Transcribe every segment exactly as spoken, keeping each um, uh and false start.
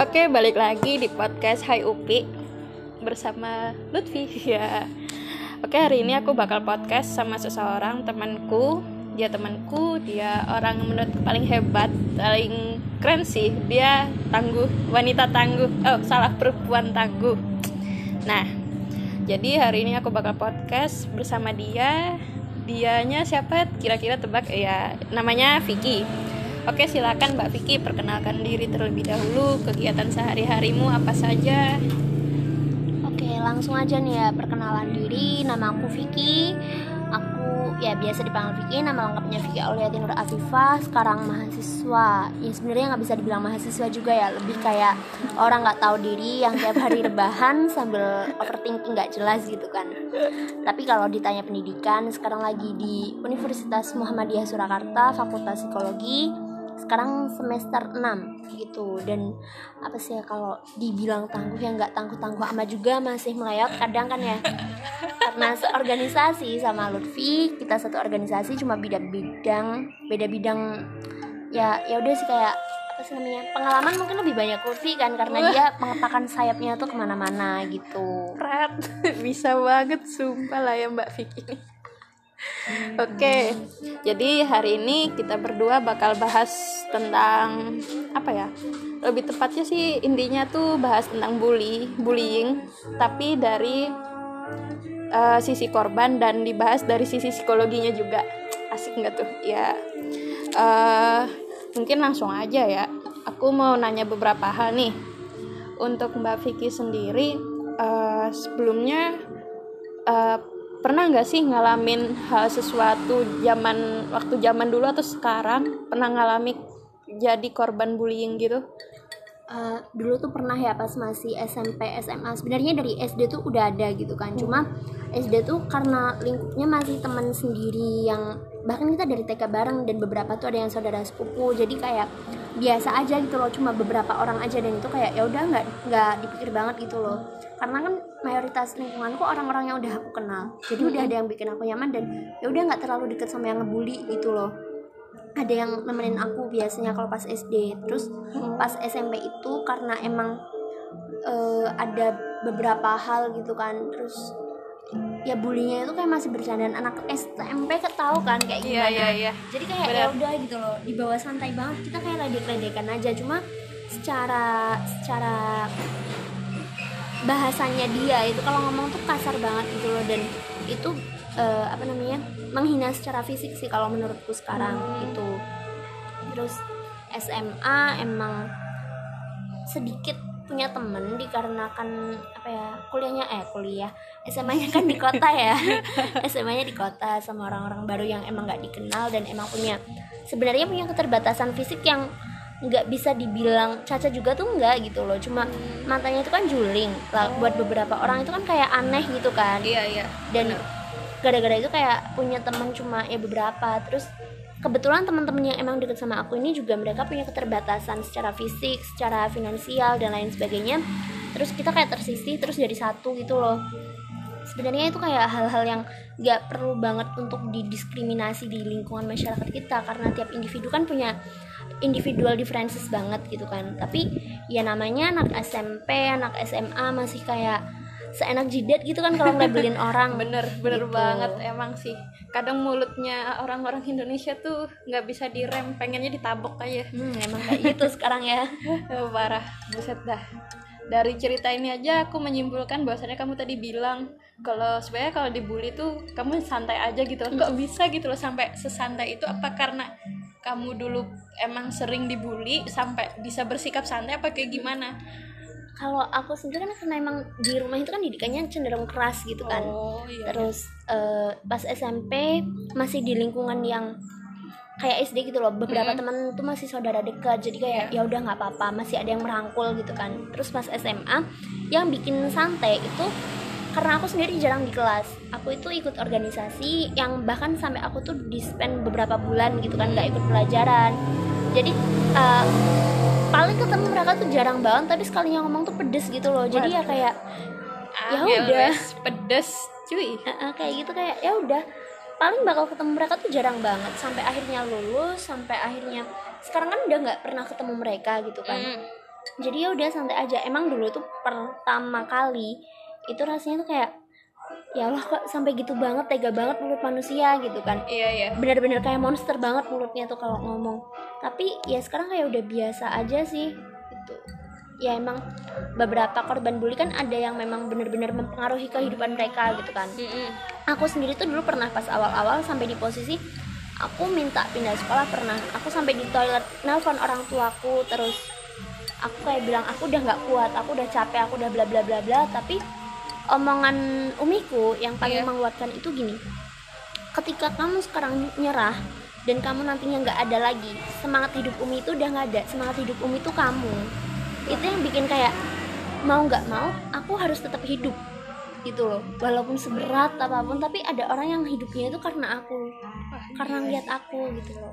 Oke, balik lagi di podcast Hai Upi bersama Lutfi ya. Oke, hari ini aku bakal podcast sama seseorang temanku. Dia temanku, dia orang menurutku paling hebat, paling keren sih. Dia tangguh, wanita tangguh. Oh, salah, perempuan tangguh. Nah, jadi hari ini aku bakal podcast bersama dia. Dianya siapa? Kira-kira tebak ya. Namanya Vicky. Oke, silakan Mbak Vicky perkenalkan diri terlebih dahulu, kegiatan sehari-harimu apa saja. Oke, langsung aja nih ya, perkenalan diri. Nama aku Vicky. Aku ya biasa dipanggil Vicky, nama lengkapnya Vicky Auliati Nur Afifah. Sekarang mahasiswa. Ya sebenarnya nggak bisa dibilang mahasiswa juga ya, lebih kayak orang nggak tahu diri yang tiap hari rebahan sambil overthinking nggak jelas gitu kan. Tapi kalau ditanya pendidikan, sekarang lagi di Universitas Muhammadiyah Surakarta, Fakultas Psikologi. Sekarang semester enam gitu. Dan apa sih ya, kalau dibilang tangguh ya nggak tangguh-tangguh amat juga, masih melayot kadang kan ya, karena seorganisasi sama Lutfi. Kita satu organisasi cuma beda bidang beda bidang ya. Ya udah sih, kayak apa sih namanya, pengalaman mungkin lebih banyak Lutfi kan, karena dia mengepakkan sayapnya tuh kemana-mana gitu. Red, bisa banget sumpah lah ya Mbak Vicky. Oke, jadi hari ini kita berdua bakal bahas tentang apa ya? Lebih tepatnya sih intinya tuh bahas tentang bully, bullying, tapi dari uh, sisi korban dan dibahas dari sisi psikologinya juga. Asik nggak tuh? Ya, uh, mungkin langsung aja ya. Aku mau nanya beberapa hal nih. Untuk Mbak Vicky sendiri, uh, sebelumnya uh, pernah nggak sih ngalamin hal sesuatu zaman waktu zaman dulu atau sekarang, pernah ngalami jadi korban bullying gitu? Uh, dulu tuh pernah ya, pas masih S M P S M A. Sebenarnya dari S D tuh udah ada gitu kan. Cuma S D tuh karena lingkupnya masih teman sendiri, yang bahkan kita dari T K bareng, dan beberapa tuh ada yang saudara sepupu. Jadi kayak biasa aja gitu loh, cuma beberapa orang aja, dan itu kayak ya udah nggak nggak dipikir banget gitu loh. Karena kan mayoritas lingkunganku orang-orang yang udah aku kenal. Jadi udah ada yang bikin aku nyaman, dan ya udah nggak terlalu deket sama yang ngebully gitu loh. Ada yang nemenin aku biasanya kalau pas S D. Terus pas S M P itu karena emang uh, ada beberapa hal gitu kan. Terus ya bullyingnya itu kayak masih bercandaan, anak S M P ketahu kan kayak gimana. Iya, iya, iya. Jadi kayak ya udah gitu loh, dibawa santai banget, kita kayak ledek-ledekan aja. Cuma secara secara bahasanya dia itu kalau ngomong tuh kasar banget gitu loh, dan itu uh, apa namanya, menghina secara fisik sih kalau menurutku sekarang gitu. Terus S M A emang sedikit punya temen, dikarenakan apa ya, kuliahnya eh kuliah S M A-nya kan di kota ya. S M A-nya di kota sama orang-orang baru yang emang nggak dikenal, dan emang punya sebenarnya punya keterbatasan fisik yang nggak bisa dibilang cacat juga tuh nggak gitu loh. Cuma matanya itu kan juling lah, buat beberapa orang itu kan kayak aneh gitu kan. Iya, iya. Dan bener. gara-gara itu kayak punya teman cuma ya beberapa. Terus kebetulan teman-teman yang emang deket sama aku ini juga mereka punya keterbatasan secara fisik, secara finansial dan lain sebagainya. Terus kita kayak tersisih terus jadi satu gitu loh. Sebenarnya itu kayak hal-hal yang gak perlu banget untuk didiskriminasi di lingkungan masyarakat kita, karena tiap individu kan punya individual differences banget gitu kan. Tapi ya namanya anak S M P, anak S M A masih kayak seenak jidat gitu kan kalau ngelabelin orang. Bener, bener gitu. banget emang sih. Kadang mulutnya orang-orang Indonesia tuh nggak bisa direm, pengennya ditabok aja. Hmm, emang kayak gitu sekarang ya. Oh, parah, buset dah. Dari cerita ini aja aku menyimpulkan bahwasannya kamu tadi bilang kalau sebenarnya kalau dibully tuh kamu santai aja gitu. Kok bisa gitu loh sampai sesantai itu? Apa karena kamu dulu emang sering dibully sampai bisa bersikap santai apa kayak gimana? Kalau aku sendiri kan karena emang di rumah itu kan didikannya cenderung keras gitu kan. Oh, iya. Terus uh, pas S M P masih di lingkungan yang kayak S D gitu loh. Beberapa mm-hmm. teman tuh masih saudara dekat, jadi kayak yeah. ya udah nggak apa-apa, masih ada yang merangkul gitu kan. Terus pas S M A yang bikin santai itu karena aku sendiri jarang di kelas. Aku itu ikut organisasi yang bahkan sampai aku tuh di-spend beberapa bulan gitu kan, nggak ikut pelajaran. Jadi uh, paling ketemu mereka tuh jarang banget, tapi sekalinya ngomong tuh pedes gitu loh. Jadi ya kayak ya udah pedes cuy. Uh, uh, kayak gitu kayak ya udah. Paling bakal ketemu mereka tuh jarang banget sampai akhirnya lulus, sampai akhirnya sekarang kan udah nggak pernah ketemu mereka gitu kan. Mm. Jadi ya udah santai aja. Emang dulu tuh pertama kali itu rasanya tuh kayak ya Allah kok sampai gitu banget, tega banget mulut manusia gitu kan. Iya iya. Bener-bener kayak monster banget mulutnya tuh kalau ngomong. Tapi ya sekarang kayak udah biasa aja sih gitu. Ya emang beberapa korban bully kan ada yang memang bener-bener mempengaruhi kehidupan mereka gitu kan. Mm-mm. Aku sendiri tuh dulu pernah pas awal-awal sampai di posisi aku minta pindah sekolah pernah. Aku sampai di toilet nelpon orang tuaku, terus aku kayak bilang aku udah nggak kuat, aku udah capek, aku udah bla bla bla bla. Tapi omongan umiku yang paling Iya. menguatkan itu gini, ketika kamu sekarang nyerah dan kamu nantinya nggak ada lagi, semangat hidup Umi itu udah nggak ada. Semangat hidup Umi itu kamu. Itu yang bikin kayak mau nggak mau aku harus tetap hidup gitu loh, walaupun seberat apapun. Tapi ada orang yang hidupnya itu karena aku, karena ngeliat aku gitu loh.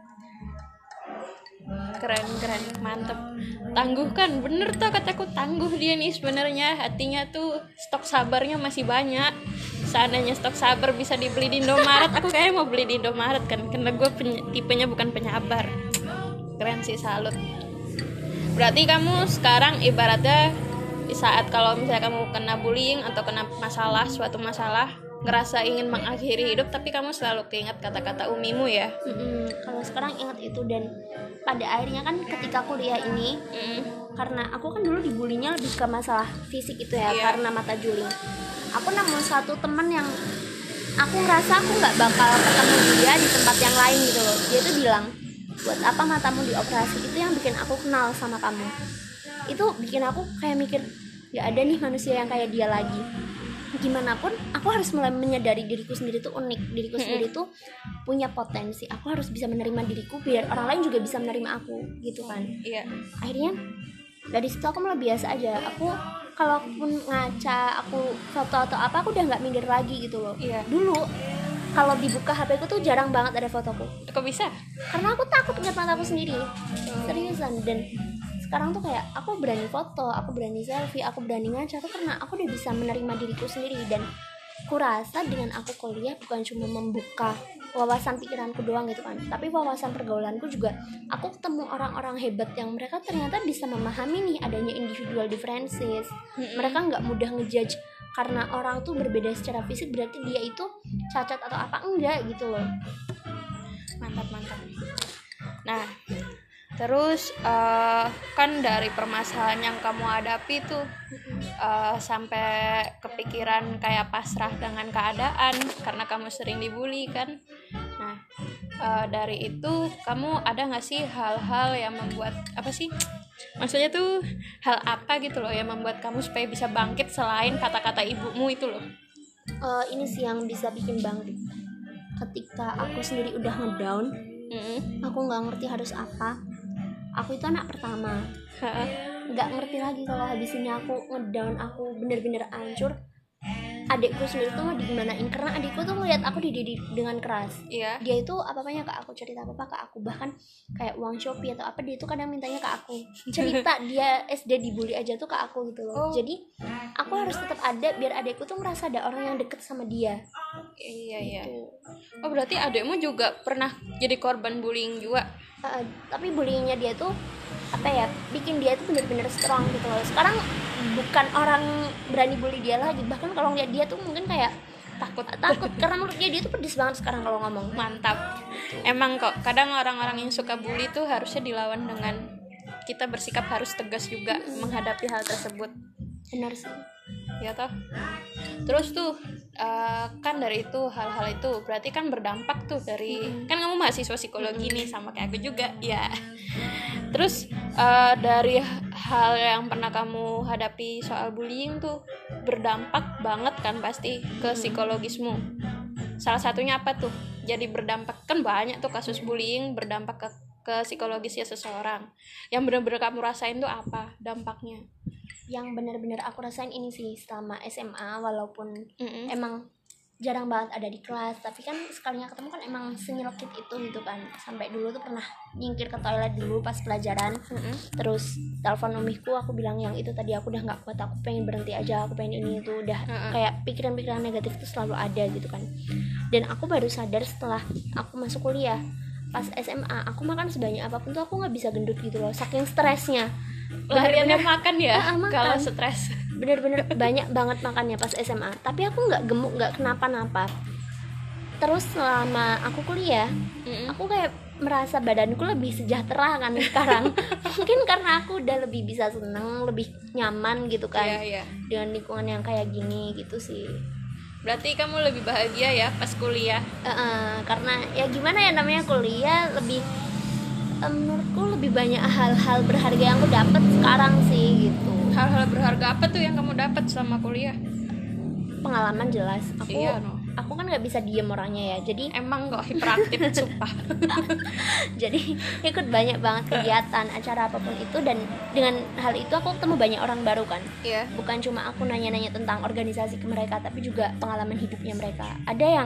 Keren keren, mantep. Tangguh kan, bener tuh kataku, tangguh dia nih sebenarnya. Hatinya tuh stok sabarnya masih banyak. Seandainya stok sabar bisa dibeli di Indomaret, aku kayaknya mau beli di Indomaret kan, karena gue peny- tipenya bukan penyabar. Keren sih, salut. Berarti kamu sekarang ibaratnya di saat kalau misalnya kamu kena bullying atau kena masalah, suatu masalah, ngerasa ingin mengakhiri hidup, tapi kamu selalu keinget kata-kata umimu ya. Mm-mm. Kalau sekarang ingat itu, dan pada akhirnya kan ketika kuliah ini, Mm. karena aku kan dulu dibulinya lebih ke masalah fisik itu ya, Iya. karena mata juling. Aku nemu satu temen yang aku ngerasa aku nggak bakal ketemu dia di tempat yang lain gitu loh. Dia tuh bilang, buat apa matamu dioperasi? Itu yang bikin aku kenal sama kamu. Itu bikin aku kayak mikir, nggak ada nih manusia yang kayak dia lagi. Gimana pun aku harus mulai menyadari diriku sendiri tuh unik, diriku sendiri tuh punya potensi. Aku harus bisa menerima diriku biar orang lain juga bisa menerima aku gitu kan. Iya. Akhirnya dari situ aku malah biasa aja. Aku kalaupun ngaca, aku foto atau apa, aku udah nggak minder lagi gitu loh. Iya. Dulu kalau dibuka H P ku tuh jarang banget ada fotoku, Kok bisa? karena aku takut ngeliat mataku sendiri. Seriusan. Dan sekarang tuh kayak aku berani foto, aku berani selfie, aku berani ngaca tuh karena aku udah bisa menerima diriku sendiri. Dan kurasa dengan aku kuliah bukan cuma membuka wawasan pikiranku doang gitu kan, tapi wawasan pergaulanku juga. Aku ketemu orang-orang hebat yang mereka ternyata bisa memahami nih adanya individual differences. Mereka nggak mudah ngejudge karena orang tuh berbeda secara fisik berarti dia itu cacat atau apa, enggak gitu loh. Mantap mantap. Nah, terus eh, kan dari permasalahan yang kamu hadapi tuh eh, sampai kepikiran kayak pasrah dengan keadaan karena kamu sering dibully kan. Nah, eh, dari itu kamu ada nggak sih hal-hal yang membuat apa sih? Maksudnya tuh hal apa gitu loh yang membuat kamu supaya bisa bangkit selain kata-kata ibumu itu loh? Eh, ini sih yang bisa bikin bangkit. Ketika aku sendiri udah ngedown, Mm-mm. aku nggak ngerti harus apa. Aku itu anak pertama, nggak ngerti lagi kalau habis ini aku ngedown, aku bener-bener hancur. Adikku sendiri tuh mau digimanain, karena adikku tuh ngeliat aku dididik dengan keras. Iya. Dia itu apa-apanya ke aku, cerita apa-apa ke aku, bahkan kayak uang Shopee atau apa dia itu kadang mintanya ke aku. Cerita dia S D dibully aja tuh ke aku gitu loh. Oh. Jadi aku harus tetap ada biar adikku tuh merasa ada orang yang deket sama dia. Iya iya. Gitu. Oh berarti adikmu juga pernah jadi korban bullying juga? Uh, tapi bullyingnya dia tuh apa ya, bikin dia tuh bener-bener strong gitu loh. Sekarang bukan orang berani bully dia lagi, bahkan kalau ngeliat dia tuh mungkin kayak Takut. takut karena menurut dia dia tuh pedes banget sekarang kalau ngomong. Mantap. Emang kok kadang orang-orang yang suka bully tuh harusnya dilawan dengan kita bersikap harus tegas juga menghadapi hal tersebut. Benar sih. Ya toh. Terus tuh uh, kan dari itu hal-hal itu berarti kan berdampak tuh dari kan kamu mahasiswa psikologi nih sama kayak aku juga ya. Terus uh, dari hal yang pernah kamu hadapi soal bullying tuh berdampak banget kan pasti ke psikologismu. Salah satunya apa tuh? Jadi berdampak kan banyak tuh kasus bullying berdampak ke ke psikologisnya seseorang. Yang benar-benar kamu rasain tuh apa dampaknya? Yang benar-benar aku rasain ini sih selama S M A, walaupun Mm-mm. emang jarang banget ada di kelas, tapi kan sekalinya ketemu kan emang senyelekit itu gitu kan. Sampai dulu tuh pernah nyingkir ke toilet dulu pas pelajaran. Mm-mm. Terus telepon umiku, aku bilang yang itu tadi aku udah nggak kuat, aku pengen berhenti aja, aku pengen ini itu udah. Mm-mm. Kayak pikiran-pikiran negatif tuh selalu ada gitu kan. Dan aku baru sadar setelah aku masuk kuliah. Pas S M A aku makan sebanyak apapun tuh aku nggak bisa gendut gitu loh, saking stresnya. pelariannya makan ya. Ah, makan. Kalau stres Bener-bener banyak banget makannya pas S M A. Tapi aku nggak gemuk, nggak kenapa-napa. Terus selama aku kuliah, Mm-mm. aku kayak merasa badanku lebih sejahtera kan sekarang. Mungkin karena aku udah lebih bisa seneng, lebih nyaman gitu kan. Iya, iya. Dengan lingkungan yang kayak gini gitu sih. Berarti kamu lebih bahagia ya pas kuliah. Uh, karena ya gimana ya, namanya kuliah lebih um, menurutku lebih banyak hal-hal berharga yang aku dapat sekarang sih gitu. Hal-hal berharga apa tuh yang kamu dapat selama kuliah? Pengalaman jelas. Aku Iya, no. aku kan nggak bisa diem orangnya ya, jadi Emang kok hiperaktif sumpah. jadi ikut banyak banget kegiatan acara apapun itu, dan dengan hal itu aku ketemu banyak orang baru kan. Iya. Bukan cuma aku nanya-nanya tentang organisasi ke mereka, tapi juga pengalaman hidupnya mereka. Ada yang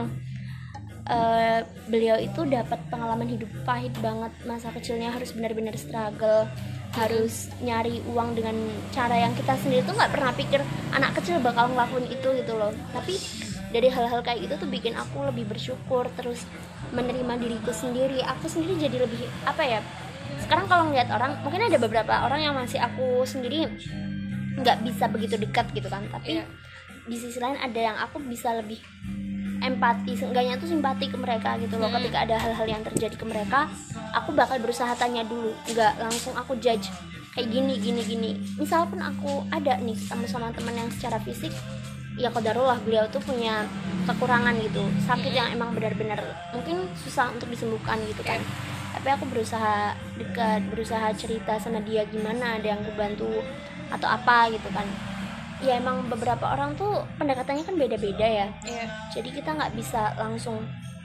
uh, beliau itu dapat pengalaman hidup pahit banget, masa kecilnya harus benar-benar struggle, harus nyari uang dengan cara yang kita sendiri tuh nggak pernah pikir anak kecil bakal ngelakuin itu gitu loh. Tapi dari hal-hal kayak gitu tuh bikin aku lebih bersyukur, terus menerima diriku sendiri. Aku sendiri jadi lebih apa ya, sekarang kalau ngeliat orang, mungkin ada beberapa orang yang masih aku sendiri nggak bisa begitu dekat gitu kan, tapi Iya. di sisi lain ada yang aku bisa lebih empati, seenggaknya tuh simpati ke mereka gitu loh. Hmm. Ketika ada hal-hal yang terjadi ke mereka, aku bakal berusaha tanya dulu, nggak langsung aku judge kayak gini gini gini. Misal pun aku ada nih sama sama teman yang secara fisik ya qadarullah beliau tuh punya kekurangan gitu, sakit yang emang benar-benar mungkin susah untuk disembuhkan gitu kan. Tapi aku berusaha dekat, berusaha cerita sama dia gimana, ada yang aku bantu atau apa gitu kan. Ya emang beberapa orang tuh pendekatannya kan beda-beda ya. Iya. Jadi kita nggak bisa langsung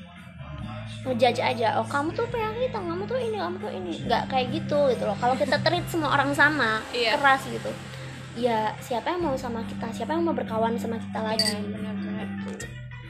ngejudge aja, oh kamu tuh pengen, kamu tuh ini, kamu tuh ini, nggak kayak gitu gitu loh. Kalau kita treat semua orang sama, Iya. keras gitu, ya siapa yang mau sama kita, siapa yang mau berkawan sama kita lagi. Iya, benar-benar. Mantap,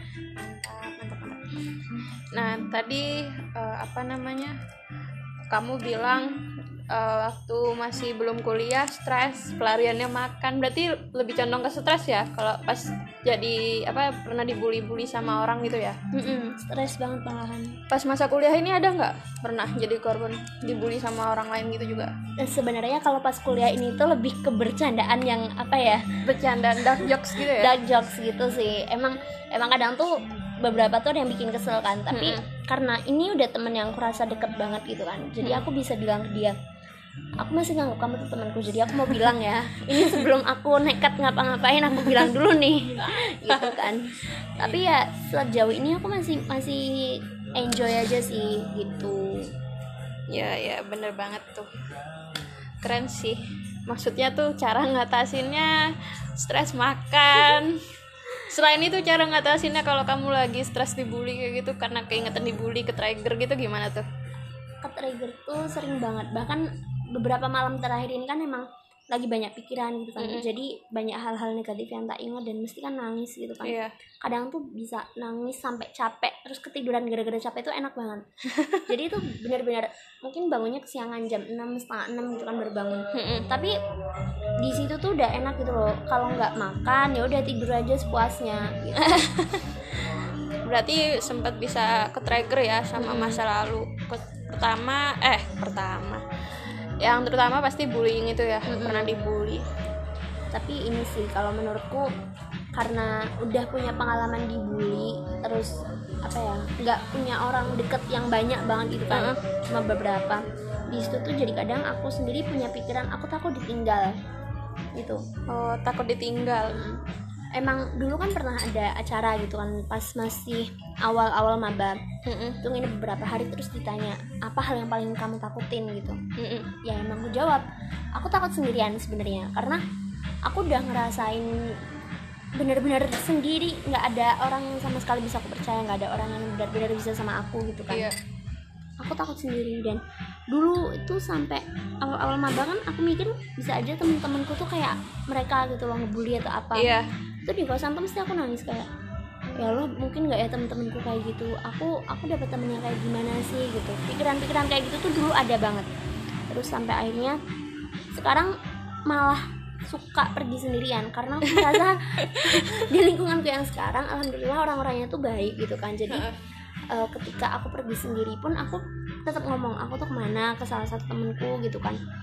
mantap, mantap. Nah, tadi eh, apa namanya? Kamu bilang eh, waktu masih belum kuliah stres, pelariannya makan. Berarti lebih condong ke stres ya kalau pas jadi apa pernah dibully-bully sama orang gitu ya? Mm-mm, stres banget malahan. Pas masa kuliah ini ada nggak pernah jadi korban dibully sama orang lain gitu juga? Dan sebenarnya kalau pas kuliah ini tuh lebih ke bercandaan yang apa ya, Bercandaan dark jokes gitu ya? dark jokes gitu sih. Emang emang kadang tuh beberapa tuh ada yang bikin kesel kan, tapi Mm-mm. karena ini udah temen yang kurasa deket banget gitu kan, jadi aku bisa bilang ke dia, aku masih nganggap kamu tuh temanku, jadi aku mau bilang ya, ini sebelum aku nekat ngapa-ngapain aku bilang dulu nih, gitu kan. Tapi ya sejauh ini aku masih masih enjoy aja sih gitu. Ya, ya bener banget tuh. Keren sih. Maksudnya tuh cara ngatasinnya stres makan. Selain itu cara ngatasinnya kalau kamu lagi stres dibully kayak gitu karena keingetan dibully, ke trigger gitu gimana tuh? Ke trigger tuh sering banget, bahkan beberapa malam terakhir ini kan emang lagi banyak pikiran gitu kan. Mm-mm. Jadi banyak hal-hal negatif yang tak ingat dan mesti kan nangis gitu kan. Iya. Kadang tuh bisa nangis sampai capek terus ketiduran gara-gara capek, itu enak banget. Jadi itu benar-benar mungkin bangunnya kesiangan jam enam setengah enam gitu kan baru bangun. Mm-mm. Tapi di situ tuh udah enak gitu loh. Kalau nggak makan ya udah tidur aja sepuasnya gitu. Berarti sempat bisa ke trigger ya sama Mm-mm. masa lalu. Pertama eh pertama yang terutama pasti bullying itu ya. Mm-mm. Pernah dibully. Tapi ini sih kalau menurutku karena udah punya pengalaman dibully, terus apa ya, nggak punya orang deket yang banyak banget gitu kan, Uh-uh. cuma beberapa. Di situ tuh jadi kadang aku sendiri punya pikiran aku takut ditinggal gitu. Oh, takut ditinggal. Emang dulu kan pernah ada acara gitu kan pas masih awal-awal maba. Mm-mm. Itu ini beberapa hari terus ditanya apa hal yang paling kamu takutin gitu. Mm-mm. Ya emang aku jawab aku takut sendirian sebenarnya, karena aku udah ngerasain benar-benar sendiri, nggak ada orang yang sama sekali bisa aku percaya, nggak ada orang yang benar-benar bisa sama aku gitu kan. Iya. Aku takut sendiri, dan dulu itu sampai awal-awal maba kan aku mikir bisa aja temen-temenku tuh kayak mereka gitu loh, ngebully atau apa. Iya. Itu di kosan tuh mesti aku nangis kayak ya Allah mungkin nggak ya temen-temenku kayak gitu, aku aku dapat temennya kayak gimana sih gitu. Pikiran-pikiran kayak gitu tuh dulu ada banget. Terus sampai akhirnya sekarang malah suka pergi sendirian karena aku merasa di lingkunganku yang sekarang alhamdulillah orang-orangnya tuh baik gitu kan. Jadi uh, ketika aku pergi sendiri pun aku tetap ngomong aku tuh kemana, ke salah satu temenku gitu kan.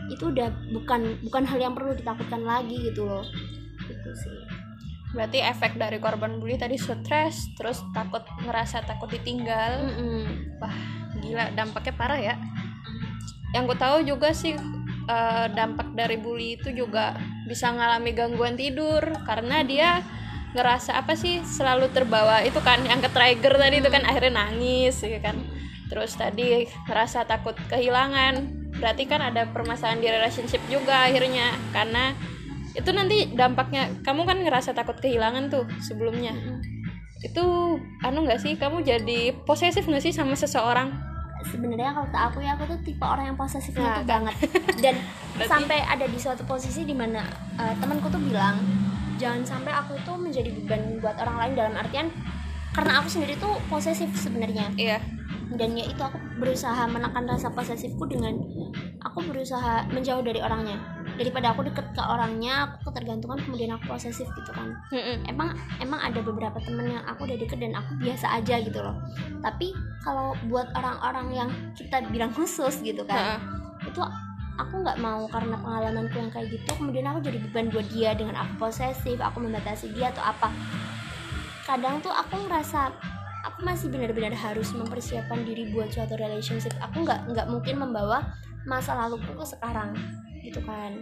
itu udah bukan bukan hal yang perlu ditakutkan lagi gitu loh. Itu sih. Berarti efek dari korban bully tadi stres, terus takut, ngerasa takut ditinggal. Mm-mm. Wah, gila, dampaknya parah ya. Yang gue tahu juga sih uh, dampak dari bully itu juga bisa ngalami gangguan tidur karena dia ngerasa apa sih, selalu terbawa itu kan, yang ke trigger tadi itu kan, akhirnya nangis ya kan. Terus tadi ngerasa takut kehilangan, berarti kan ada permasalahan di relationship juga akhirnya, karena itu nanti dampaknya kamu kan ngerasa takut kehilangan tuh sebelumnya. Itu anu nggak sih, kamu jadi posesif nggak sih sama seseorang? Sebenarnya kalau ke aku ya, aku tuh tipe orang yang posesifnya Nah, tuh banget. Dan berarti... sampai ada di suatu posisi dimana uh, temanku tuh bilang jangan sampai aku tuh menjadi beban buat orang lain, dalam artian karena aku sendiri tuh posesif sebenarnya. Iya. Dan ya itu, aku berusaha menekan rasa posesifku dengan aku berusaha menjauh dari orangnya, daripada aku deket ke orangnya, aku ketergantungan, kemudian aku posesif gitu kan. Mm-mm. Emang emang ada beberapa temen yang aku udah deket dan aku biasa aja gitu loh. Tapi kalau buat orang-orang yang kita bilang khusus gitu kan, uh. itu aku nggak mau karena pengalamanku yang kayak gitu, kemudian aku jadi beban buat dia dengan aku posesif, aku membatasi dia atau apa. Kadang tuh aku ngerasa aku masih benar-benar harus mempersiapkan diri buat suatu relationship. Aku nggak nggak mungkin membawa masa laluku ke sekarang gitu kan.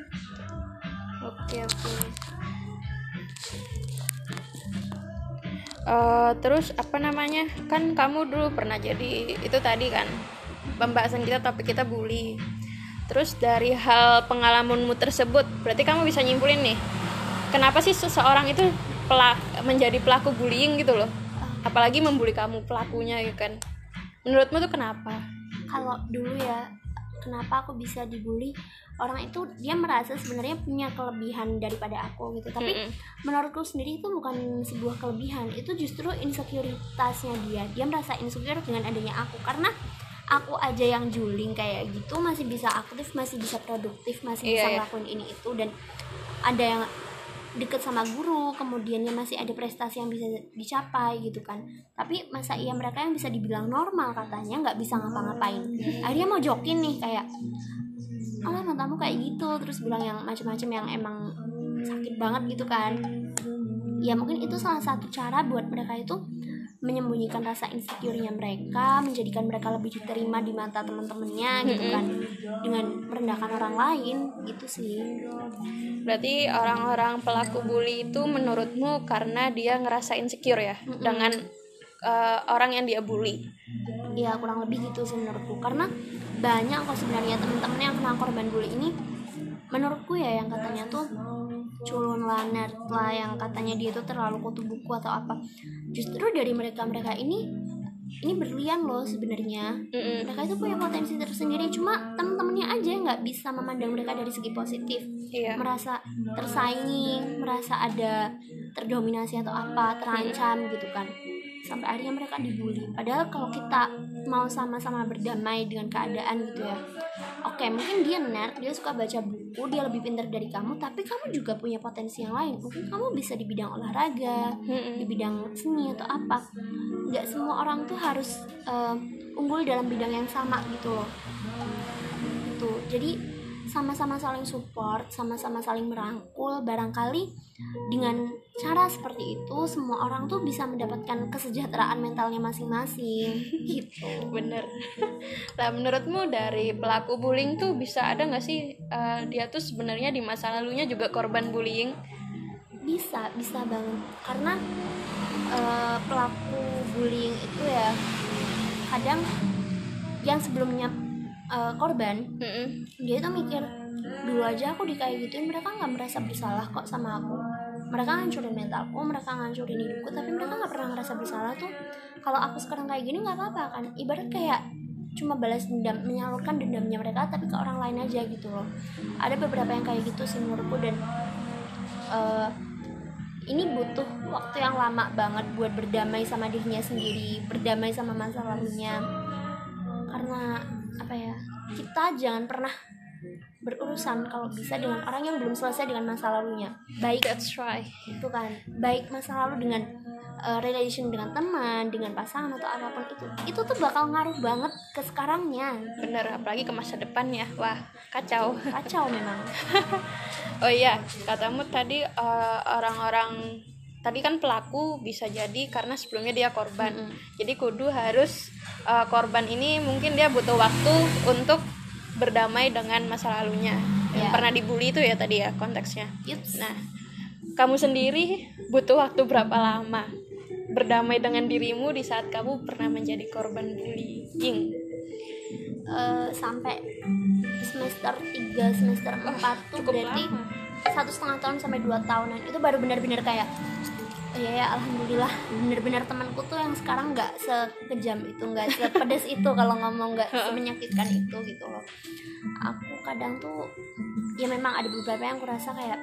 Oke oke. Uh, terus apa namanya, kan kamu dulu pernah jadi itu tadi kan pembahasan kita, topik kita bully. Terus dari hal pengalamanmu tersebut, berarti kamu bisa nyimpulin nih, kenapa sih seseorang itu pelak, menjadi pelaku bullying gitu loh, apalagi membuli kamu pelakunya ya kan. Menurutmu tuh kenapa? Kalau dulu ya, kenapa aku bisa dibully, orang itu dia merasa sebenarnya punya kelebihan daripada aku gitu. Tapi mm-mm. menurutku sendiri itu bukan sebuah kelebihan, itu justru insecuritasnya dia. Dia merasa insecure dengan adanya aku, karena aku aja yang juling kayak gitu masih bisa aktif, masih bisa produktif, masih bisa yeah, ngelakuin ini itu, dan ada yang deket sama guru, kemudiannya masih ada prestasi yang bisa dicapai gitu kan. Tapi masa iya mereka yang bisa dibilang normal katanya nggak bisa ngapa-ngapain, akhirnya mau jokin nih kayak, alah matamu kayak gitu, terus bilang yang macam-macam yang emang sakit banget gitu kan. Ya mungkin itu salah satu cara buat mereka itu menyembunyikan rasa insecure-nya mereka, menjadikan mereka lebih diterima di mata teman-temannya gitu kan, dengan merendahkan orang lain gitu sih. Berarti orang-orang pelaku bully itu menurutmu karena dia ngerasa insecure ya mm-hmm. dengan uh, orang yang dia bully? Iya, kurang lebih gitu sih menurutku. Karena banyak kok sebenarnya teman-teman yang kena korban bully ini, menurutku ya, yang katanya tuh culun lah, nerd lah, yang katanya dia tuh terlalu kutu buku atau apa. Justru dari mereka-mereka ini ini berlian loh sebenarnya. Mm-mm. Mereka itu punya potensi tersendiri, cuma teman-temannya aja nggak bisa memandang mereka dari segi positif. Iya. Merasa tersaingi, merasa ada terdominasi atau apa, terancam gitu kan, sampai akhirnya mereka dibully. Padahal kalau kita mau sama-sama berdamai dengan keadaan gitu ya, oke, mungkin dia nerd, dia suka baca buku, dia lebih pintar dari kamu, tapi kamu juga punya potensi yang lain. Mungkin kamu bisa di bidang olahraga, mm-mm. di bidang seni atau apa. Nggak semua orang tuh harus uh, unggul dalam bidang yang sama gitu loh. Gitu. Jadi sama-sama saling support, sama-sama saling merangkul. Barangkali dengan cara seperti itu semua orang tuh bisa mendapatkan kesejahteraan mentalnya masing-masing gitu. Bener. Nah, menurutmu dari pelaku bullying tuh bisa ada nggak sih uh, dia tuh sebenarnya di masa lalunya juga korban bullying? Bisa, bisa banget. Karena uh, pelaku bullying itu ya kadang yang sebelumnya uh, korban, mm-mm. dia tuh mikir, dulu aja aku di kayak gituin, mereka nggak merasa bersalah kok sama aku. Mereka ngancurin mentalku, mereka ngancurin hidupku, tapi mereka nggak pernah ngerasa bersalah tuh. Kalau aku sekarang kayak gini nggak apa-apa kan? Ibarat kayak cuma balas dendam, menyalurkan dendamnya mereka tapi ke orang lain aja gitu loh. Ada beberapa yang kayak gitu sih menurutku, dan uh, ini butuh waktu yang lama banget buat berdamai sama dirinya sendiri, berdamai sama masa lalunya. Karena apa ya, kita jangan pernah berurusan kalau bisa dengan orang yang belum selesai dengan masa lalunya. Baik, that's right. Itu kan, baik masa lalu dengan uh, relation dengan teman, dengan pasangan atau apapun itu, itu tuh bakal ngaruh banget ke sekarangnya. Bener, apalagi ke masa depan ya. Wah, kacau. Kacau memang. Oh iya, katamu tadi uh, orang-orang tadi kan pelaku bisa jadi karena sebelumnya dia korban. Mm-hmm. Jadi kudu harus uh, korban ini mungkin dia butuh waktu untuk berdamai dengan masa lalunya. Yang yeah. pernah dibully itu ya tadi ya konteksnya. Yups. Nah, kamu sendiri butuh waktu berapa lama berdamai dengan dirimu di saat kamu pernah menjadi korban bullying? Uh, sampai semester tiga, semester empat oh, tuh berarti lama. Satu setengah tahun sampai dua tahunan itu baru benar-benar kayak oh ya ya alhamdulillah benar-benar temanku tuh yang sekarang nggak sekejam itu, nggak sepedes itu kalau ngomong, nggak semenyakitkan itu gitu loh. Aku kadang tuh ya memang ada beberapa yang aku rasa kayak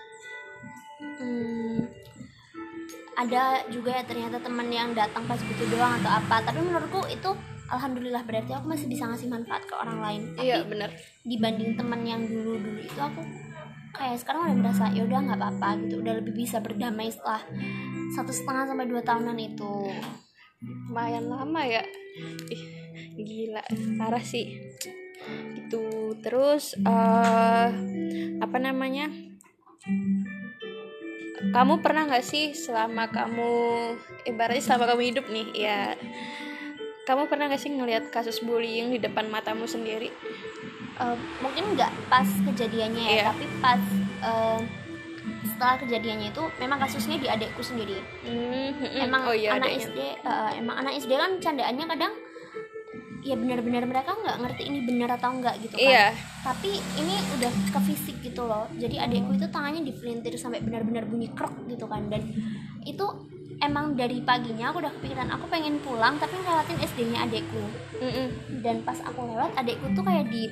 hmm, ada juga ya ternyata teman yang datang pas butuh doang atau apa, tapi menurutku itu alhamdulillah berarti aku masih bisa ngasih manfaat ke orang lain. Tapi iya benar, dibanding teman yang dulu-dulu itu aku kayak sekarang udah merasa ya udah nggak apa-apa gitu, udah lebih bisa berdamai setelah satu setengah sampai dua tahunan itu. Lumayan lama ya. Ih, gila, parah sih itu. Terus uh, apa namanya, kamu pernah nggak sih selama kamu ibaratnya selama kamu hidup nih ya, kamu pernah nggak sih ngelihat kasus bullying di depan matamu sendiri? Uh, mungkin nggak pas kejadiannya ya, yeah. tapi pas uh, setelah kejadiannya itu memang kasusnya di adekku sendiri. Mm-hmm. Emang oh, iya, anak adeknya. S D, uh, emang anak S D kan candaannya kadang ya benar-benar mereka nggak ngerti ini benar atau enggak gitu kan. Yeah. Tapi ini udah ke fisik gitu loh. Jadi adekku itu tangannya dipelintir sampai benar-benar bunyi krek gitu kan, dan itu emang dari paginya aku udah kepikiran aku pengen pulang tapi ngelewatin S D-nya adekku. Mm-mm. Dan pas aku lewat adekku tuh kayak di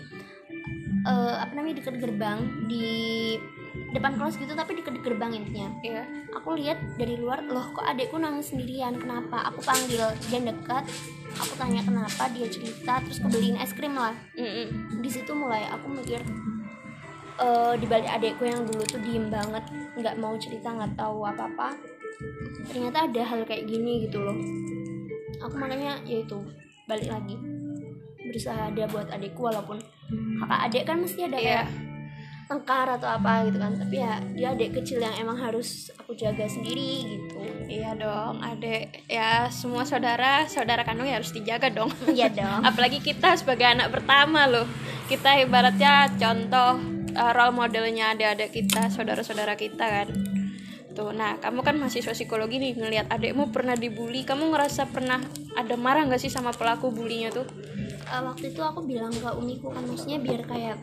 uh, apa namanya dekat gerbang, di depan kelas gitu tapi dekat gerbang intinya. Iya. Aku lihat dari luar, loh kok adekku nangis sendirian, kenapa? Aku panggil, dia dekat, aku tanya kenapa, dia cerita, terus kebeliin es krim lah. Mm-mm. Di situ mulai aku mikir uh, di balik adekku yang dulu tuh diem banget, nggak mau cerita, nggak tahu apa-apa, ternyata ada hal kayak gini gitu loh. Aku makanya yaitu balik lagi berusaha ada buat adekku, walaupun kakak adek kan mesti ada yeah. kayak tengkar atau apa gitu kan, tapi ya dia adek kecil yang emang harus aku jaga sendiri gitu. Iya dong, adek ya, semua saudara saudara kandung ya harus dijaga dong. Iya dong. Apalagi kita sebagai anak pertama loh, kita ibaratnya contoh uh, role modelnya adik-adik kita, saudara-saudara kita kan. Tuh, nah kamu kan mahasiswa psikologi nih, ngelihat adekmu pernah dibully, kamu ngerasa pernah ada marah nggak sih sama pelaku bulinya tuh? Uh, waktu itu aku bilang ke umiku kan, maksudnya biar kayak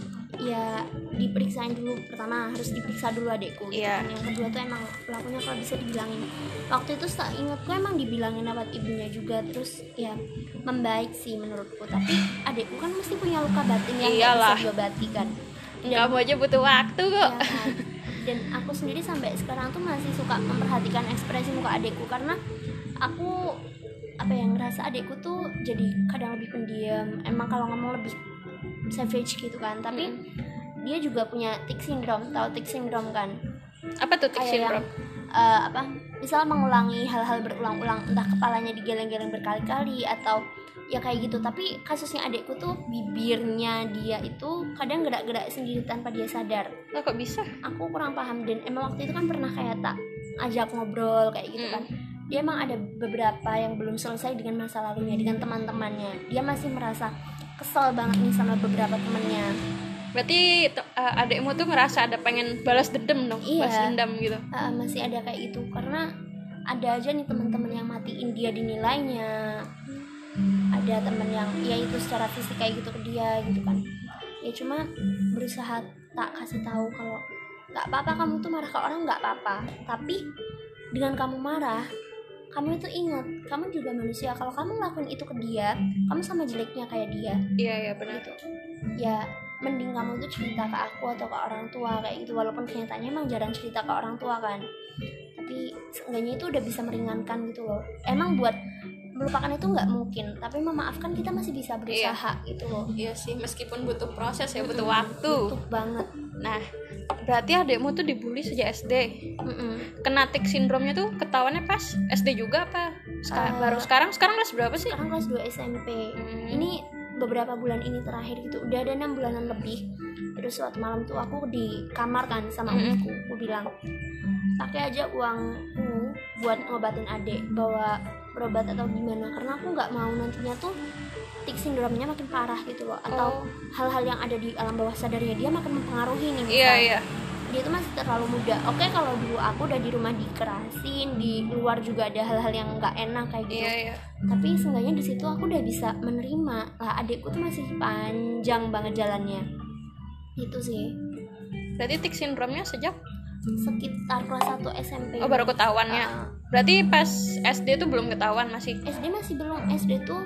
ya diperiksain dulu, pertama harus diperiksa dulu adekku gitu yeah. kan. Yang kedua tuh emang pelakunya kalau bisa dibilangin, waktu itu seingatku emang dibilangin lewat ibunya juga, terus ya membaik sih menurutku, tapi adekku kan mesti punya luka batin yang gak bisa diobati kan. Dan kamu aja butuh waktu kok ya kan? Dan aku sendiri sampai sekarang tuh masih suka memperhatikan ekspresi muka adekku, karena aku apa yang ngerasa adekku tuh jadi kadang lebih pendiam, emang kalau ngomong lebih savage gitu kan, tapi hmm. dia juga punya tic syndrome. Tahu tic syndrome kan? Apa tuh tic syndrome? Yang, uh, apa? Misal mengulangi hal-hal berulang-ulang, entah kepalanya digeleng-geleng berkali-kali atau ya kayak gitu. Tapi kasusnya adekku tuh bibirnya dia itu kadang gerak-gerak sendiri tanpa dia sadar. Oh, kok bisa? Aku kurang paham, dan emang waktu itu kan pernah kayak tak ajak ngobrol kayak gitu hmm. kan. Dia emang ada beberapa yang belum selesai dengan masa lalunya, dengan teman-temannya. Dia masih merasa kesel banget nih sama beberapa temennya. Berarti uh, adekmu tuh ngerasa ada pengen balas dendam dong, iya. balas dendam gitu. Uh, masih ada kayak gitu, karena ada aja nih teman-teman yang matiin dia di nilainya. Ada temen yang ya itu secara fisik kayak gitu ke dia gitu kan. Ya cuma berusaha tak kasih tahu kalau nggak apa-apa kamu tuh marah ke orang, nggak apa-apa. Tapi dengan kamu marah, kamu itu ingat, kamu juga manusia. Kalau kamu ngelakuin itu ke dia, kamu sama jeleknya kayak dia. Iya, iya benar itu. Ya, mending kamu tuh cerita ke aku atau ke orang tua kayak gitu. Walaupun kenyataannya emang jarang cerita ke orang tua kan. Tapi seenggaknya itu udah bisa meringankan gitu loh. Emang buat melupakan itu nggak mungkin, tapi memaafkan kita masih bisa berusaha iya. gitu loh. Iya sih, meskipun butuh proses ya, butuh waktu. Butuh banget. Nah, berarti adekmu tuh dibully sejak S D. Mm-mm. kena tik sindromnya tuh ketahuannya pas S D juga apa Seka- Uh, baru sekarang sekarang kelas berapa sih? Sekarang kelas dua S M P. Hmm. Ini beberapa bulan ini terakhir gitu, udah ada enam bulanan lebih. Terus suatu malam tuh aku di kamar kan sama Mm-mm. omku, aku bilang pakai aja uangku buat ngobatin adek, bawa berobat atau gimana, karena aku nggak mau nantinya tuh tik sindromnya makin parah gitu loh, atau Oh. hal-hal yang ada di alam bawah sadarnya dia makin mempengaruhi nih. Misal, Iya iya. dia tuh masih terlalu muda. Oke, kalau dulu aku udah di rumah dikerasin, di luar juga ada hal-hal yang nggak enak kayak gitu. Iya iya. Tapi seenggaknya di situ aku udah bisa menerima lah, adikku tuh masih panjang banget jalannya. Itu sih Berarti tik sindromnya sejak sekitar kelas satu S M P. oh baru ketahuannya. Ah. Berarti pas S D tuh belum ketahuan masih. S D masih belum. S D tuh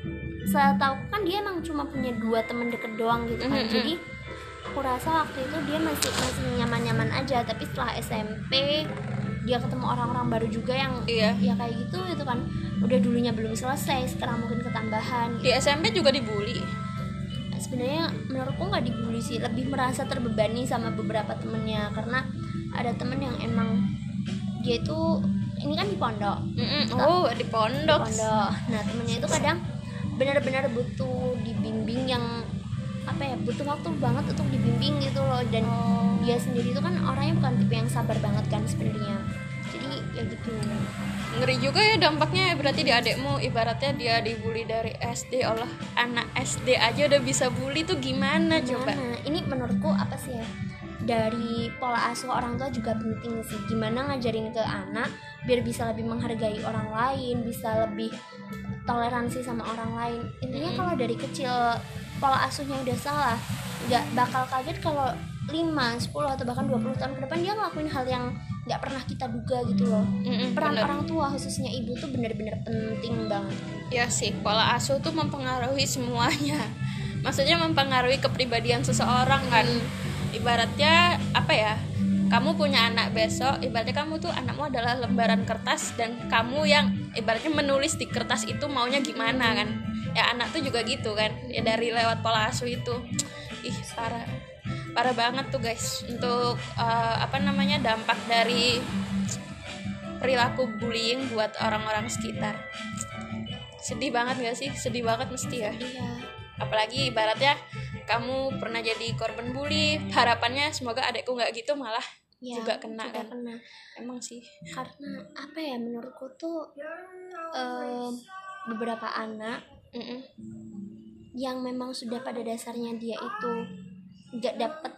setahu kan dia emang cuma punya dua temen deket doang gitu kan. Mm-mm. Jadi aku rasa waktu itu dia masih masih nyaman-nyaman aja. Tapi setelah S M P dia ketemu orang-orang baru juga yang Iya. ya kayak gitu itu kan, udah dulunya belum selesai, sekarang mungkin ketambahan. Di S M P juga dibully. Sebenarnya menurutku nggak dibully sih, lebih merasa terbebani sama beberapa temennya, karena ada temen yang emang dia itu ini kan di pondok. Mm-mm. Oh di pondok. pondok nah temennya itu kadang benar-benar butuh dibimbing yang apa ya, butuh waktu banget untuk dibimbing gitu loh, dan Oh. dia sendiri itu kan orangnya bukan tipe yang sabar banget kan sebenarnya, jadi ya gitu. Ngeri juga ya dampaknya, berarti di adekmu ibaratnya dia dibully dari S D. Allah, anak S D aja udah bisa bully tuh gimana, coba? Nah, ini menurutku apa sih ya, dari pola asuh orang tua juga penting sih, gimana ngajarin ke anak biar bisa lebih menghargai orang lain, bisa lebih toleransi sama orang lain. Intinya kalau dari kecil pola asuhnya udah salah, nggak bakal kaget kalau lima, sepuluh atau bahkan dua puluh tahun ke depan dia ngelakuin hal yang nggak pernah kita duga gitu loh. Mm-mm, Peran bener. orang tua khususnya ibu tuh benar-benar penting banget. Ya sih, pola asuh tuh mempengaruhi semuanya. Maksudnya mempengaruhi kepribadian seseorang kan. Ibaratnya apa ya? Kamu punya anak besok, ibaratnya kamu tuh anakmu adalah lembaran kertas dan kamu yang ibaratnya menulis di kertas itu maunya gimana kan. Ya anak tuh juga gitu kan. Ya dari lewat pola asuh itu. Ih, parah. Parah banget tuh guys untuk uh, apa namanya dampak dari perilaku bullying buat orang-orang sekitar. Sedih banget gak sih? Sedih banget mesti ya. Iya. Apalagi ibaratnya kamu pernah jadi korban bully, harapannya semoga adekku nggak gitu, malah Ya, juga kena juga kan. kena. Emang sih. Karena apa ya, menurutku tuh em, beberapa anak Mm-mm. yang memang sudah pada dasarnya dia itu nggak dapet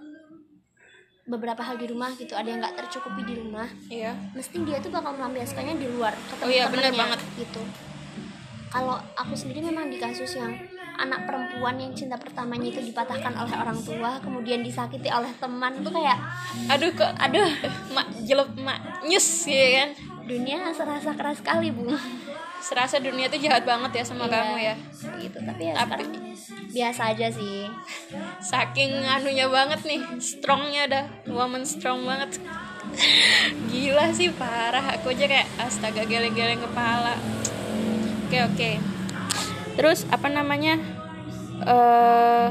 beberapa hal di rumah gitu, ada yang nggak tercukupi di rumah, Iya. mesti dia tuh bakal melampiaskannya di luar ke Oh iya, bener teman-temannya banget. gitu. Kalau aku sendiri memang di kasus yang anak perempuan yang cinta pertamanya itu dipatahkan oleh orang tua, kemudian disakiti oleh teman, tuh kayak Aduh kok, aduh, mak jelek, mak nyus ya kan. dunia serasa keras sekali, Bu. Serasa dunia tuh jahat banget ya sama Iya, kamu ya. gitu. Tapi ya Tapi- sekarang biasa aja sih. Saking anunya banget nih, strongnya dah, woman strong banget. Gila sih, parah. Aku aja kayak astaga, geleng-geleng kepala. Oke oke. Terus apa namanya? Eh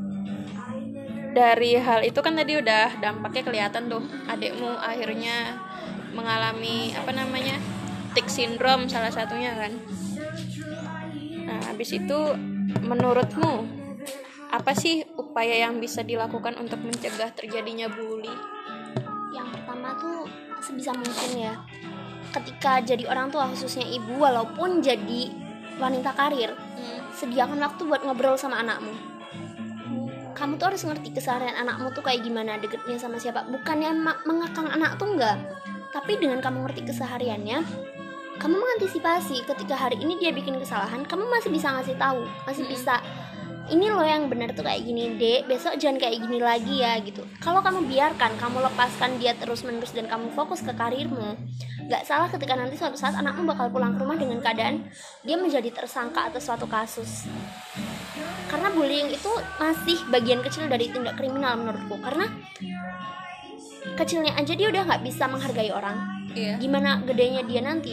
dari hal itu kan tadi udah dampaknya kelihatan tuh. Adekmu akhirnya mengalami apa namanya? Tik sindrom salah satunya kan. Nah, habis itu menurutmu apa sih upaya yang bisa dilakukan untuk mencegah terjadinya bully? Yang pertama tuh sebisa mungkin ya, ketika jadi orang tua khususnya ibu, walaupun jadi wanita karir, sediakan waktu buat ngobrol sama anakmu. Kamu tuh harus ngerti keseharian anakmu tuh kayak gimana, deketnya sama siapa. Bukannya ma- mengekang anak tuh enggak, tapi dengan kamu ngerti kesehariannya, kamu mengantisipasi ketika hari ini dia bikin kesalahan, kamu masih bisa ngasih tahu, masih bisa, ini loh yang benar tuh kayak gini, Dek, besok jangan kayak gini lagi ya gitu. Kalau kamu biarkan, kamu lepaskan dia terus-menerus dan kamu fokus ke karirmu, gak salah ketika nanti suatu saat anakmu bakal pulang ke rumah dengan keadaan dia menjadi tersangka atas suatu kasus. Karena bullying itu masih bagian kecil dari tindak kriminal menurutku. Karena kecilnya aja dia udah gak bisa menghargai orang, Iya. gimana gedenya dia nanti.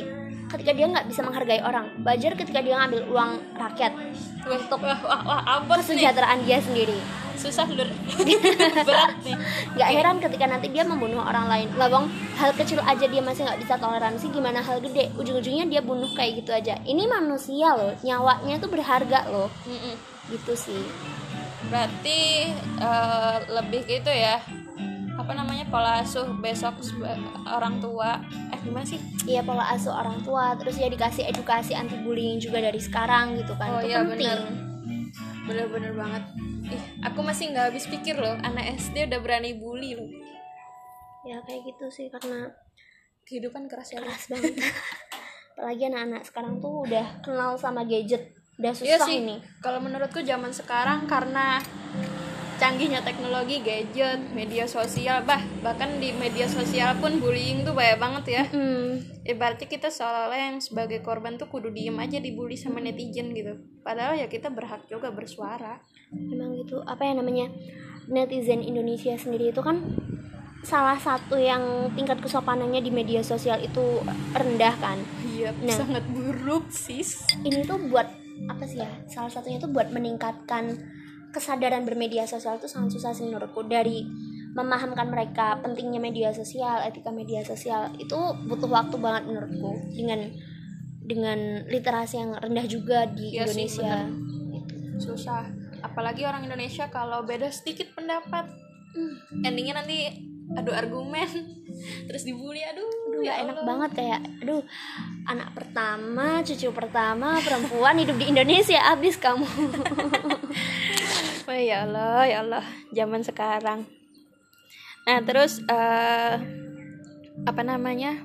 ketika dia nggak bisa menghargai orang, wajar ketika dia ngambil uang rakyat untuk Wah, wah, wah, abot nih. kesejahteraan dia sendiri. Susah lur. Berat nih. Nggak heran ketika nanti dia membunuh orang lain. Lawang hal kecil aja dia masih nggak bisa toleransi, gimana hal gede? Ujung-ujungnya dia bunuh kayak gitu aja. Ini manusia loh, nyawanya itu berharga loh. Mm-mm. Gitu sih. Berarti eh, lebih gitu ya, apa namanya, pola asuh besok seba- orang tua, eh gimana sih? Iya, pola asuh orang tua, terus ya dikasih edukasi anti bullying juga dari sekarang gitu kan. Oh Itu iya penting. bener, bener-bener banget. Ih, aku masih nggak habis pikir loh, anak S D udah berani bully loh. Ya kayak gitu sih, karena Kehidupan keras ya. keras banget. Apalagi anak-anak sekarang tuh udah kenal sama gadget, udah susah Iya sih. ini. Kalau menurutku zaman sekarang karena canggihnya teknologi, gadget, media sosial, bah bahkan di media sosial pun bullying tuh banyak banget ya. Hmm, Ibaratnya kita seolah-olah yang sebagai korban tuh kudu diem aja dibully sama netizen gitu. Padahal ya kita berhak juga bersuara. emang gitu. Apa ya namanya, netizen Indonesia sendiri itu kan salah satu yang tingkat kesopanannya di media sosial itu rendah kan. Iya, Nah. sangat buruk sis. Ini tuh buat apa sih ya? Salah satunya tuh buat meningkatkan kesadaran bermedia sosial itu sangat susah sih menurutku. Dari memahamkan mereka pentingnya media sosial, etika media sosial itu butuh waktu banget menurutku. Dengan dengan literasi yang rendah juga di Iya sih, Indonesia. Susah. Apalagi orang Indonesia kalau beda sedikit pendapat, Hmm. endingnya nanti adu argumen, terus dibully. Aduh, Aduh, ya gak enak Allah. banget, kayak aduh, anak pertama, cucu pertama perempuan hidup di Indonesia, abis kamu. Wah, ya Allah, ya Allah, zaman sekarang. Nah, terus eh, apa namanya?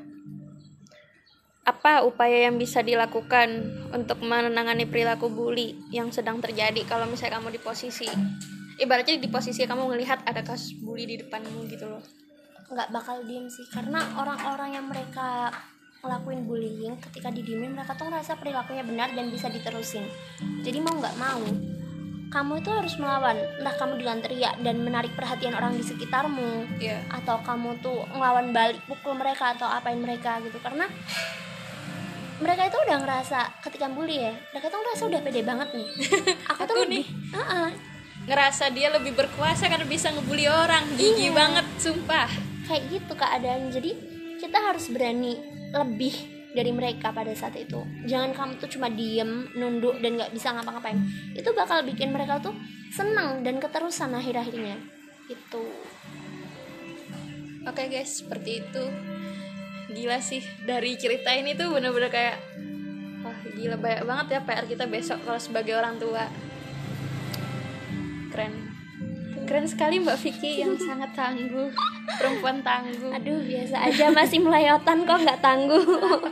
Apa upaya yang bisa dilakukan untuk menangani perilaku bully yang sedang terjadi kalau misalnya kamu di posisi, ibaratnya di posisi kamu melihat ada kasus bully di depanmu gitu loh. Nggak bakal diem sih, karena orang-orang yang mereka ngelakuin bullying, ketika didiemin mereka tuh ngerasa perilakunya benar dan bisa diterusin. Jadi mau nggak mau kamu itu harus melawan, entah kamu dengan teriak dan menarik perhatian orang di sekitarmu, Iya. atau kamu tuh ngelawan balik, pukul mereka atau apain mereka gitu. Karena mereka itu udah ngerasa ketika bully ya, mereka tuh ngerasa udah pede banget nih. Aku tuh Aku lebih, nih. uh-uh, Ngerasa dia lebih berkuasa karena bisa ngebully orang. Gigi Iya. banget, sumpah. kayak gitu keadaan. Jadi kita harus berani lebih dari mereka pada saat itu. Jangan kamu tuh cuma diem, nunduk dan nggak bisa ngapa-ngapain. Itu bakal bikin mereka tuh senang dan keterusan akhir-akhirnya. Itu. Oke guys, seperti itu. Gila sih, dari cerita ini tuh bener-bener kayak, wah gila, banyak banget ya P R kita besok kalau sebagai orang tua. Keren. Keren sekali Mbak Vicky yang sangat tangguh, perempuan tangguh. Aduh, biasa aja, masih melayotan kok nggak tangguh.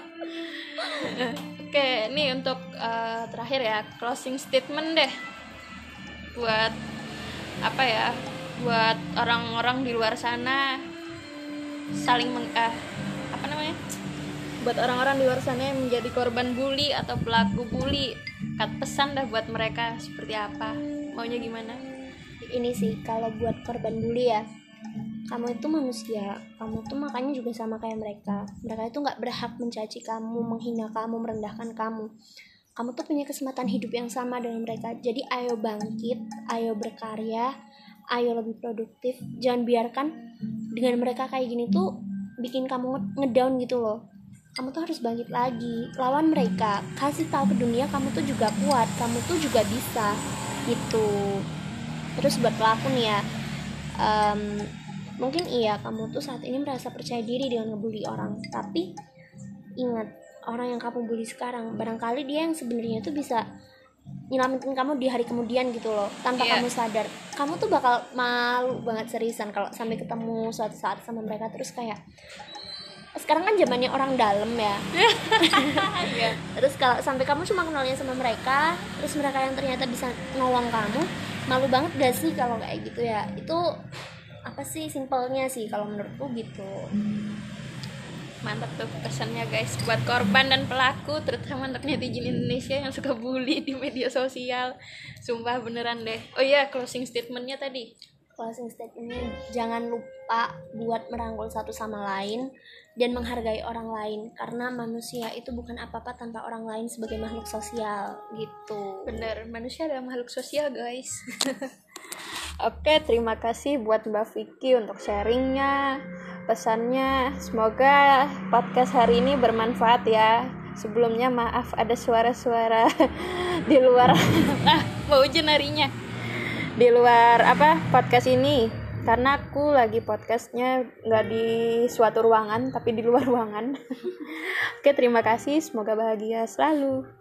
Oke, nih untuk uh, terakhir ya, closing statement deh buat apa ya, buat orang-orang di luar sana saling meng, eh, apa namanya, buat orang-orang di luar sana yang menjadi korban bully atau pelaku bully, kat pesan dah buat mereka seperti apa, maunya gimana? Ini sih, kalau buat korban bully ya, kamu itu manusia, kamu tuh makanya juga sama kayak mereka. Mereka itu nggak berhak mencaci kamu, menghina kamu, merendahkan kamu. Kamu tuh punya kesempatan hidup yang sama dengan mereka. Jadi ayo bangkit, ayo berkarya, ayo lebih produktif. Jangan biarkan dengan mereka kayak gini tuh bikin kamu ngedown gitu loh. Kamu tuh harus bangkit lagi, lawan mereka, kasih tahu ke dunia kamu tuh juga kuat, kamu tuh juga bisa gitu. Terus buat pelaku nih ya, um, mungkin iya kamu tuh saat ini merasa percaya diri dengan ngebully orang, tapi ingat, orang yang kamu bully sekarang barangkali dia yang sebenarnya tuh bisa nyelamatin kamu di hari kemudian gitu loh, tanpa Iya. kamu sadar. Kamu tuh bakal malu banget seriusan kalau sampai ketemu suatu saat sama mereka, terus kayak, sekarang kan zamannya orang dalam ya. Iya. Terus kalau sampai kamu cuma kenalnya sama mereka, terus mereka yang ternyata bisa nolong kamu, malu banget gak sih kalau kayak gitu ya? Itu apa sih simpelnya sih kalau menurutku gitu. Mantap tuh pesannya guys, buat korban dan pelaku, terutama untuk netizen Indonesia yang suka bully di media sosial. Sumpah beneran deh. Oh iya, closing statementnya tadi. closing statementnya, jangan lupa buat merangkul satu sama lain dan menghargai orang lain, karena manusia itu bukan apa-apa tanpa orang lain sebagai makhluk sosial gitu. Bener, manusia adalah makhluk sosial guys. Oke, terima kasih buat Mbak Vicky untuk sharingnya, pesannya. Semoga podcast hari ini bermanfaat ya. Sebelumnya maaf ada suara-suara di luar ah mau ujian harinya di luar apa podcast ini, karena aku lagi podcastnya nggak di suatu ruangan tapi di luar ruangan. Oke, terima kasih, semoga bahagia selalu.